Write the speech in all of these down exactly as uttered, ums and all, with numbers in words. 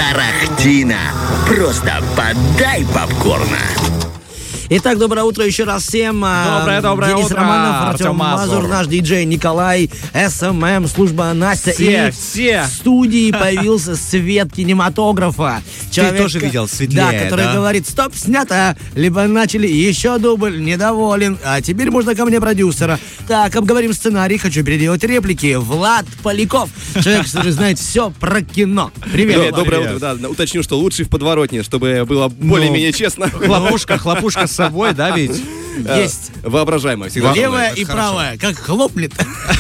Тарахтина. Просто подай попкорна. Итак, доброе утро еще раз всем. Доброе, доброе Денис утро. Романов, Артем Мазур, Мазур, наш диджей Николай, эс эм эм, служба Настя. Все, и все. в студии появился свет кинематографа. Ты тоже видел светлее, да? который да? говорит, стоп, снято. Либо начали, еще дубль, недоволен. А теперь можно ко мне продюсера. Так, обговорим сценарий, хочу переделать реплики. Влад Поляков, человек, который знает все про кино. Привет. Привет, доброе Привет. утро. Да, уточню, что лучший в подворотне, чтобы было более-менее честно. Хлопушка, хлопушка с собой, да, ведь? Есть. Воображаемо. Всегда. Левая это и хорошо. правая, как хлопнет.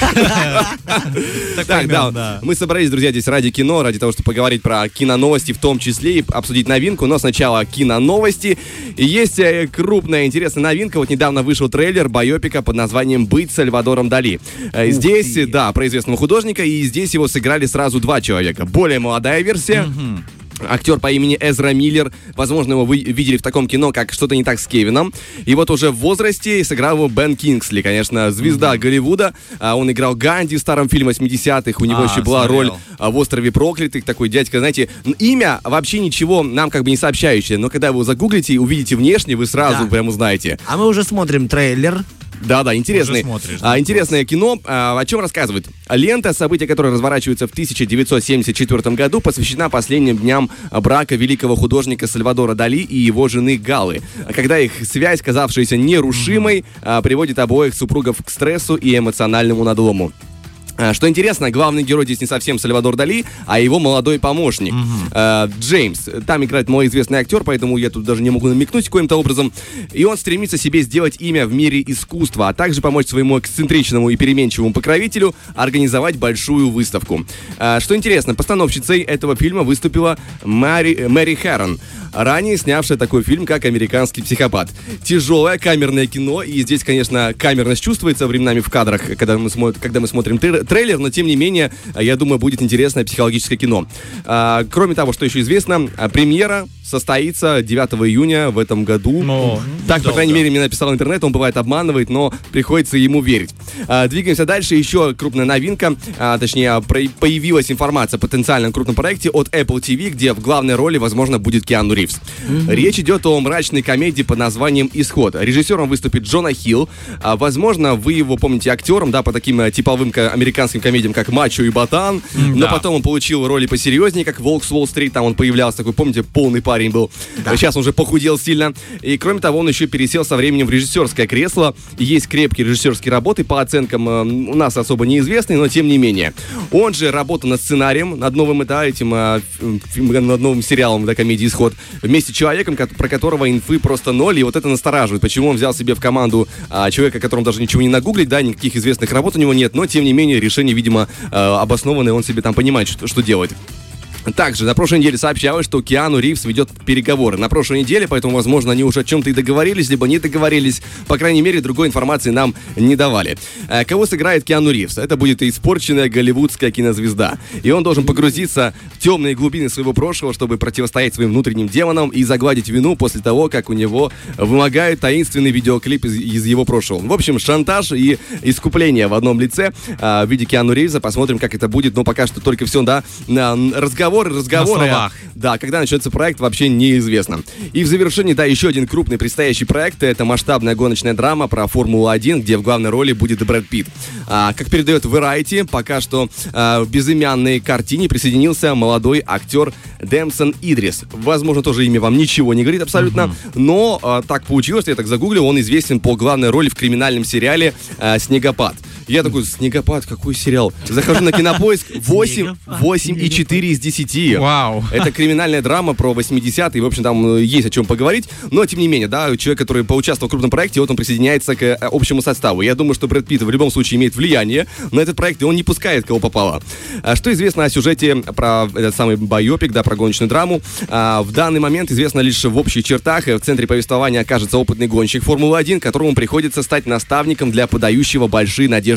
Так, да, мы собрались, друзья, здесь ради кино, ради того, чтобы поговорить про киноновости, в том числе и обсудить новинку, но сначала киноновости. И есть э, крупная интересная новинка. Вот недавно вышел трейлер байопика под названием «Быть Сальвадором Дали». Э, Здесь, ты. да, про известного художника, и здесь его сыграли сразу два человека. Более молодая версия. Актер по имени Эзра Миллер. Возможно, его вы видели в таком кино, как «Что-то не так с Кевином». И вот уже в возрасте сыграл его Бен Кингсли, конечно, звезда mm-hmm. Голливуда. А, он играл Ганди в старом фильме восьмидесятых. У него А, еще была смотрел. роль а, в «Острове проклятых». Такой дядька, знаете, н- имя вообще ничего нам как бы не сообщающее. Но когда вы его загуглите и увидите внешне, вы сразу Да. прямо узнаете. А мы уже смотрим трейлер. Да-да, интересный, Уже смотришь, а, да, интересное кино. А, о чем рассказывает? Лента, события которой разворачиваются в тысяча девятьсот семьдесят четвёртом году, посвящена последним дням брака великого художника Сальвадора Дали и его жены Галы. Когда их связь, казавшаяся нерушимой, а, приводит обоих супругов к стрессу и эмоциональному надлому. А, Что интересно, главный герой здесь не совсем Сальвадор Дали, а его молодой помощник э, Джеймс. Там играет малоизвестный актер, поэтому я тут даже не могу намекнуть каким-то образом. И он стремится себе сделать имя в мире искусства, а также помочь своему эксцентричному и переменчивому покровителю организовать большую выставку. А, Что интересно, постановщицей этого фильма выступила Мэри, Мэри Хэрон, ранее снявшая такой фильм, как «Американский психопат». Тяжелое камерное кино, и здесь, конечно, камерность чувствуется временами в кадрах, когда мы смотрим, когда мы смотрим трей- трейлер, но, тем не менее, я думаю, будет интересное психологическое кино. А, кроме того, что еще известно, а, премьера состоится девятого июня в этом году. Ну, так, по крайней мере, мне написал интернет, он бывает обманывает, но приходится ему верить. А, двигаемся дальше. Еще крупная новинка, а, точнее, про- появилась информация о потенциальном крупном проекте от Apple ти ви, где в главной роли, возможно, будет Киану Ривз. Mm-hmm. Речь идет о мрачной комедии под названием «Исход». Режиссером выступит Джона Хилл. А, возможно, вы его помните актером, да, по таким а, типовым ка- американским комедиям, как «Мачо и Ботан». Mm, но да. потом он получил роли посерьезнее, как «Волк с Уолл-стрит». Там он появлялся такой, помните, полный парень был. Да. Сейчас он уже похудел сильно. И, кроме того, он еще пересел со временем в режиссерское кресло. И есть крепкие режиссерские работы, по оценкам э, у нас особо неизвестные, но тем не менее. Он же работал над сценарием, над новым, да, этим, э, фильм, над новым сериалом, да, комедии «Исход», вместе с человеком, ко- про которого инфы просто ноль, и вот это настораживает. Почему он взял себе в команду э, человека, которому даже ничего не нагуглить, да, никаких известных работ у него нет, но, тем не менее, решение, видимо, э, обоснованное, он себе там понимает, что, что делать. Также на прошлой неделе сообщалось, что Киану Ривз ведет переговоры. На прошлой неделе, поэтому, возможно, они уже о чем-то и договорились, либо не договорились. По крайней мере, другой информации нам не давали. А кого сыграет Киану Ривз? Это будет испорченная голливудская кинозвезда. И он должен погрузиться в темные глубины своего прошлого, чтобы противостоять своим внутренним демонам и загладить вину после того, как у него вымогают таинственный видеоклип из, из его прошлого. В общем, шантаж и искупление в одном лице а, в виде Киану Ривза. Посмотрим, как это будет. Но пока что только все, да, на разговор разговоры. На словах. Да, когда начнется проект, вообще неизвестно. И в завершении, да, еще один крупный предстоящий проект. Это масштабная гоночная драма про Формулу один, где в главной роли будет Брэд Питт. А, как передает Variety, пока что а, в безымянной картине присоединился молодой актер Дэмсон Идрис. Возможно, тоже имя вам ничего не говорит абсолютно, uh-huh. но а, так получилось, я так загуглил, он известен по главной роли в криминальном сериале а, «Снегопад». Я такой, «Снегопад, какой сериал?» Захожу на Кинопоиск, восемь, восемь и четыре из десяти. Вау. Это криминальная драма про восьмидесятые, в общем, там есть о чем поговорить, но, тем не менее, да, человек, который поучаствовал в крупном проекте, вот он присоединяется к э, общему составу. Я думаю, что Брэд Питт в любом случае имеет влияние на этот проект, и он не пускает, кого попало. А что известно о сюжете про этот самый байопик, да, про гоночную драму? А, в данный момент известно лишь в общих чертах. В центре повествования окажется опытный гонщик Формулы один, которому приходится стать наставником для подающего большие надежды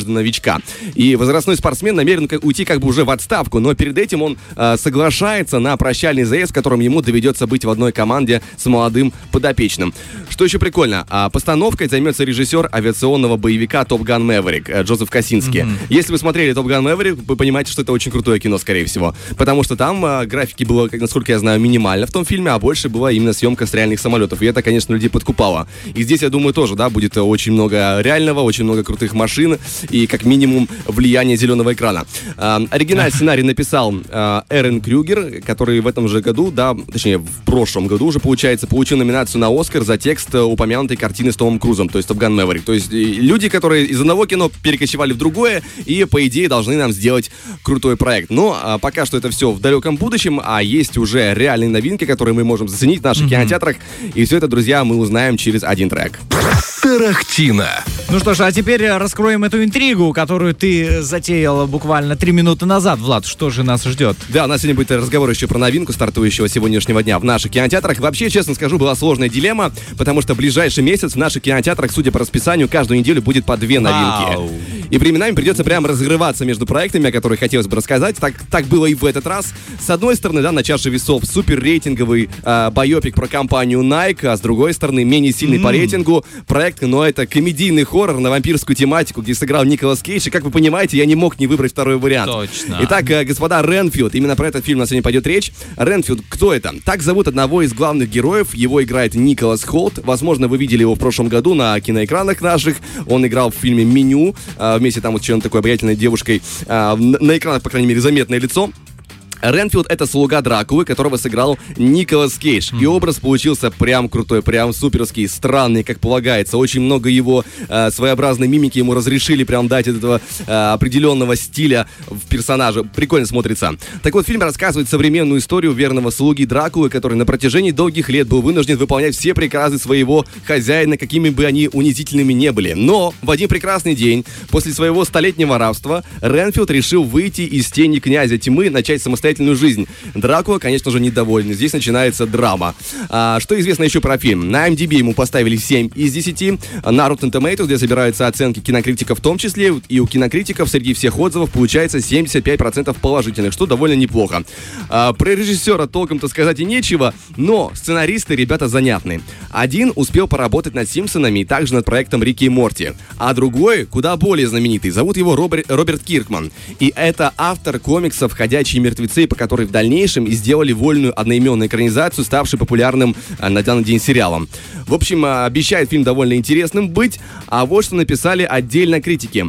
одежду новичка. И возрастной спортсмен намерен уйти как бы уже в отставку, но перед этим он э, соглашается на прощальный заезд, в котором ему доведется быть в одной команде с молодым подопечным. Что еще прикольно, а, постановкой займется режиссер авиационного боевика «Топ Ган Мэверик» Джозеф Косинский. Mm-hmm. Если вы смотрели «Топ Ган Мэверик», вы понимаете, что это очень крутое кино, скорее всего. Потому что там а, графики было, насколько я знаю, минимально в том фильме, а больше была именно съемка с реальных самолетов. И это, конечно, людей подкупало. И здесь, я думаю, тоже, да, будет очень много реального, очень много крутых машин и, как минимум, влияние зеленого экрана. А, оригинальный сценарий написал а, Эрен Крюгер, который в этом же году, да, точнее, в прошлом году уже, получается, получил номинацию на «Оскар» за текст упомянутой картины с Томом Крузом, то есть «Топ Ган Мэверик». То есть люди, которые из одного кино перекочевали в другое и, по идее, должны нам сделать крутой проект. Но а, пока что это все в далеком будущем, а есть уже реальные новинки, которые мы можем заценить в наших mm-hmm. кинотеатрах. И все это, друзья, мы узнаем через один трек. Тарахтина. Ну что ж, а теперь раскроем эту интригу, которую ты затеял буквально три минуты назад. Влад, что же нас ждет? Да, у нас сегодня будет разговор еще про новинку стартующего сегодняшнего дня в наших кинотеатрах. Вообще, честно скажу, была сложная дилемма, потому что в ближайший месяц в наших кинотеатрах, судя по расписанию, каждую неделю будет по две новинки. Вау. И временами придется прямо разрываться между проектами, о которых хотелось бы рассказать. Так, так было и в этот раз. С одной стороны, да, на чаше весов супер рейтинговый э, байопик про компанию Nike, а с другой стороны, менее сильный mm. по рейтингу проект, но это комедийный хоррор на вампирскую тематику, где сыграл Николас Кейдж. И, как вы понимаете, я не мог не выбрать второй вариант. Точно. Итак, э, господа, Ренфилд, именно про этот фильм у нас сегодня пойдет речь. Ренфилд, кто это? Так зовут одного из главных героев. Его играет Николас Холт. Возможно, вы видели его в прошлом году на киноэкранах наших. Он играл в фильме «Меню», э, вместе там вот с чем-то такой обаятельной девушкой. Э, на экранах, по крайней мере, заметное лицо. Ренфилд — это слуга Дракулы, которого сыграл Николас Кейдж. Mm. И образ получился прям крутой, прям суперский, странный, как полагается. Очень много его э, своеобразной мимики ему разрешили прям дать этого э, определенного стиля в персонаже. Прикольно смотрится. Так вот, фильм рассказывает современную историю верного слуги Дракулы, который на протяжении долгих лет был вынужден выполнять все приказы своего хозяина, какими бы они унизительными не были. Но в один прекрасный день, после своего столетнего рабства, Ренфилд решил выйти из тени князя тьмы, начать самостоятельно жизнь. Дракула, конечно же, недоволен. Здесь начинается драма. А, что известно еще про фильм? На ай эм ди би ему поставили семь из десяти. На Rotten Tomatoes, где собираются оценки кинокритиков в том числе, и у кинокритиков среди всех отзывов получается семьдесят пять процентов положительных, что довольно неплохо. А, про режиссера толком-то сказать и нечего, но сценаристы ребята занятны. Один успел поработать над «Симпсонами» и также над проектом «Рики и Морти», а другой, куда более знаменитый, зовут его Роберт, Роберт Киркман. И это автор комиксов «Ходячие мертвецы», по которой в дальнейшем и сделали вольную одноименную экранизацию, ставшей популярным а, на данный день сериалом. В общем, а, обещает фильм довольно интересным быть, а вот что написали отдельно критики.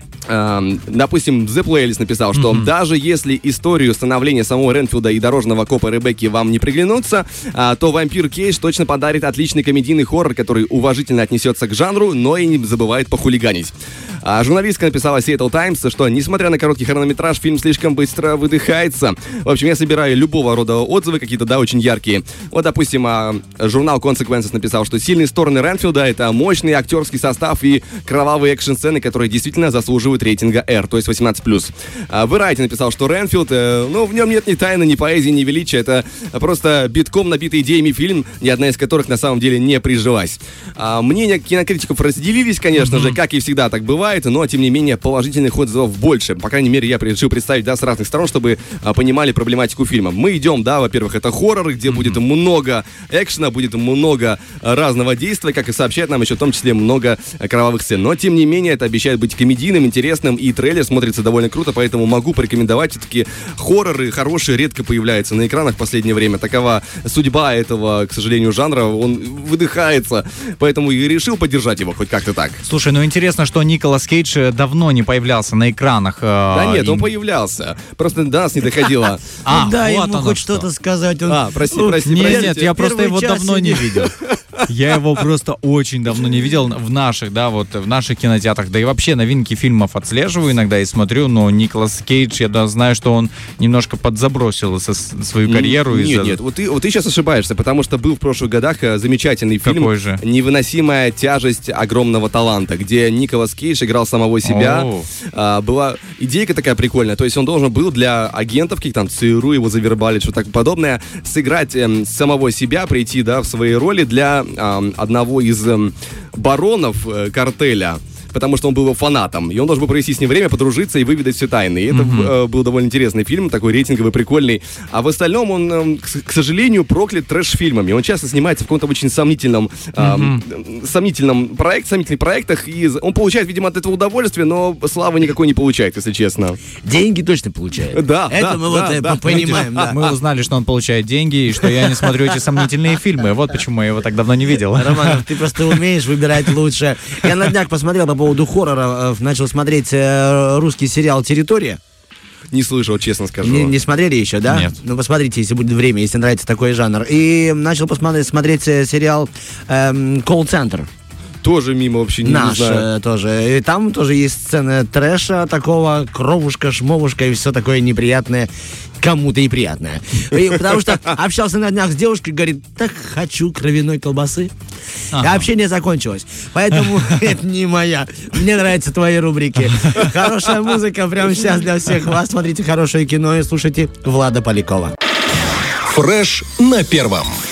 Uh, допустим, The Playlist написал, что mm-hmm. даже если историю становления самого Ренфилда и дорожного копа Ребекки вам не приглянутся, uh, то «Вампир Кейдж» точно подарит отличный комедийный хоррор, который уважительно отнесется к жанру, но и не забывает похулиганить. Uh, журналистка написала Seattle Times, что, несмотря на короткий хронометраж, фильм слишком быстро выдыхается. В общем, я собираю любого рода отзывы, какие-то, да, очень яркие. Вот, допустим, uh, журнал Consequences написал, что сильные стороны Ренфилда — это мощный актерский состав и кровавые экшн-сцены, которые действительно заслуживают рейтинга R, то есть восемнадцать плюс. Variety написал, что Ренфилд, э, ну, в нем нет ни тайны, ни поэзии, ни величия. Это просто битком набитый идеями фильм, ни одна из которых на самом деле не прижилась. А, мнения кинокритиков разделились, конечно mm-hmm. же, как и всегда так бывает, но, тем не менее, положительных отзывов больше. По крайней мере, я решил представить, да, с разных сторон, чтобы а, понимали проблематику фильма. Мы идем, да, во-первых, это хоррор, где mm-hmm. будет много экшена, будет много разного действия, как и сообщает нам еще в том числе много кровавых сцен. Но, тем не менее, это обещает быть комедийным, интересным, и трейлер смотрится довольно круто, поэтому могу порекомендовать. Все-таки хорроры хорошие редко появляются на экранах в последнее время. Такова судьба этого, к сожалению, жанра. Он выдыхается, поэтому и решил поддержать его хоть как-то так. Слушай, ну интересно, что Николас Кейдж давно не появлялся на экранах. Да нет, он появлялся. Просто до нас не доходило. А, дай ему хоть что-то сказать. А, прости, прости, Нет, нет, я просто его давно не видел. Я его просто очень давно не видел в наших, да, вот в наших кинотеатрах. Да и вообще новинки фильмов отслеживаю иногда и смотрю, но Николас Кейдж, я да, знаю, что он немножко подзабросил со, свою карьеру. Нет, из-за... нет, вот ты, вот ты сейчас ошибаешься, потому что был в прошлых годах замечательный фильм Какой же? «Невыносимая тяжесть огромного таланта», где Николас Кейдж играл самого себя. А, была идейка такая прикольная, то есть он должен был для агентов, каких там ЦРУ его завербали, что-то подобное, сыграть эм, самого себя, прийти, да, в своей роли для эм, одного из эм, баронов э, картеля. потому что он был его фанатом. И он должен был провести с ним время, подружиться и выведать все тайны. И это mm-hmm. э, был довольно интересный фильм, такой рейтинговый, прикольный. А в остальном он, э, к, к сожалению, проклят трэш-фильмами. Он часто снимается в каком-то очень сомнительном, э, mm-hmm. сомнительном проекте, сомнительных проектах. И он получает, видимо, от этого удовольствие, но славы никакой не получает, если честно. Деньги точно получает. Да, это да, мы да, вот да, понимаем. Да. Мы узнали, что он получает деньги, и что я не смотрю эти сомнительные фильмы. Вот почему я его так давно не видел. Романов, ты просто умеешь выбирать лучше. Я на днях посмотрел по поводу хоррора, начал смотреть русский сериал «Территория». Не слышал, честно скажу. Не, не смотрели еще, да? Нет. Ну, посмотрите, если будет время, если нравится такой жанр. И начал посмотреть смотреть сериал эм, «Колл-центр». Тоже мимо вообще, не, Наш не знаю. э, тоже. И там тоже есть сцены трэша такого, кровушка, шмовушка и все такое неприятное. Кому-то неприятное. И потому что общался на днях с девушкой, говорит, так хочу кровяной колбасы. Ага. И общение закончилось. Поэтому это не моя. Мне нравятся твои рубрики. Хорошая музыка прямо сейчас для всех вас. Смотрите хорошее кино и слушайте Влада Полякова. Фреш на первом.